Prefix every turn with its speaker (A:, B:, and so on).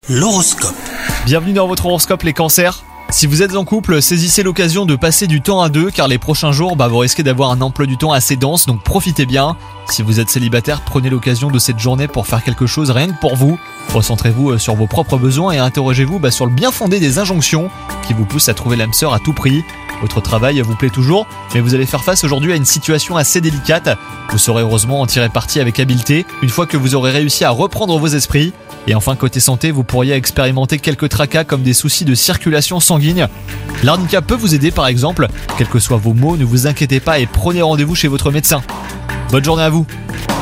A: L'horoscope.
B: Bienvenue dans votre horoscope les cancers. Si vous êtes en couple, saisissez l'occasion de passer du temps à deux car les prochains jours, vous risquez d'avoir un emploi du temps assez dense, donc profitez bien. Si vous êtes célibataire, prenez l'occasion de cette journée pour faire quelque chose rien que pour vous. Recentrez-vous sur vos propres besoins et interrogez-vous sur le bien fondé des injonctions qui vous poussent à trouver l'âme sœur à tout prix. Votre travail vous plaît toujours, mais vous allez faire face aujourd'hui à une situation assez délicate. Vous saurez heureusement en tirer parti avec habileté une fois que vous aurez réussi à reprendre vos esprits. Et enfin, côté santé, vous pourriez expérimenter quelques tracas comme des soucis de circulation sanguine. L'arnica peut vous aider par exemple. Quels que soient vos maux, ne vous inquiétez pas et prenez rendez-vous chez votre médecin. Bonne journée à vous.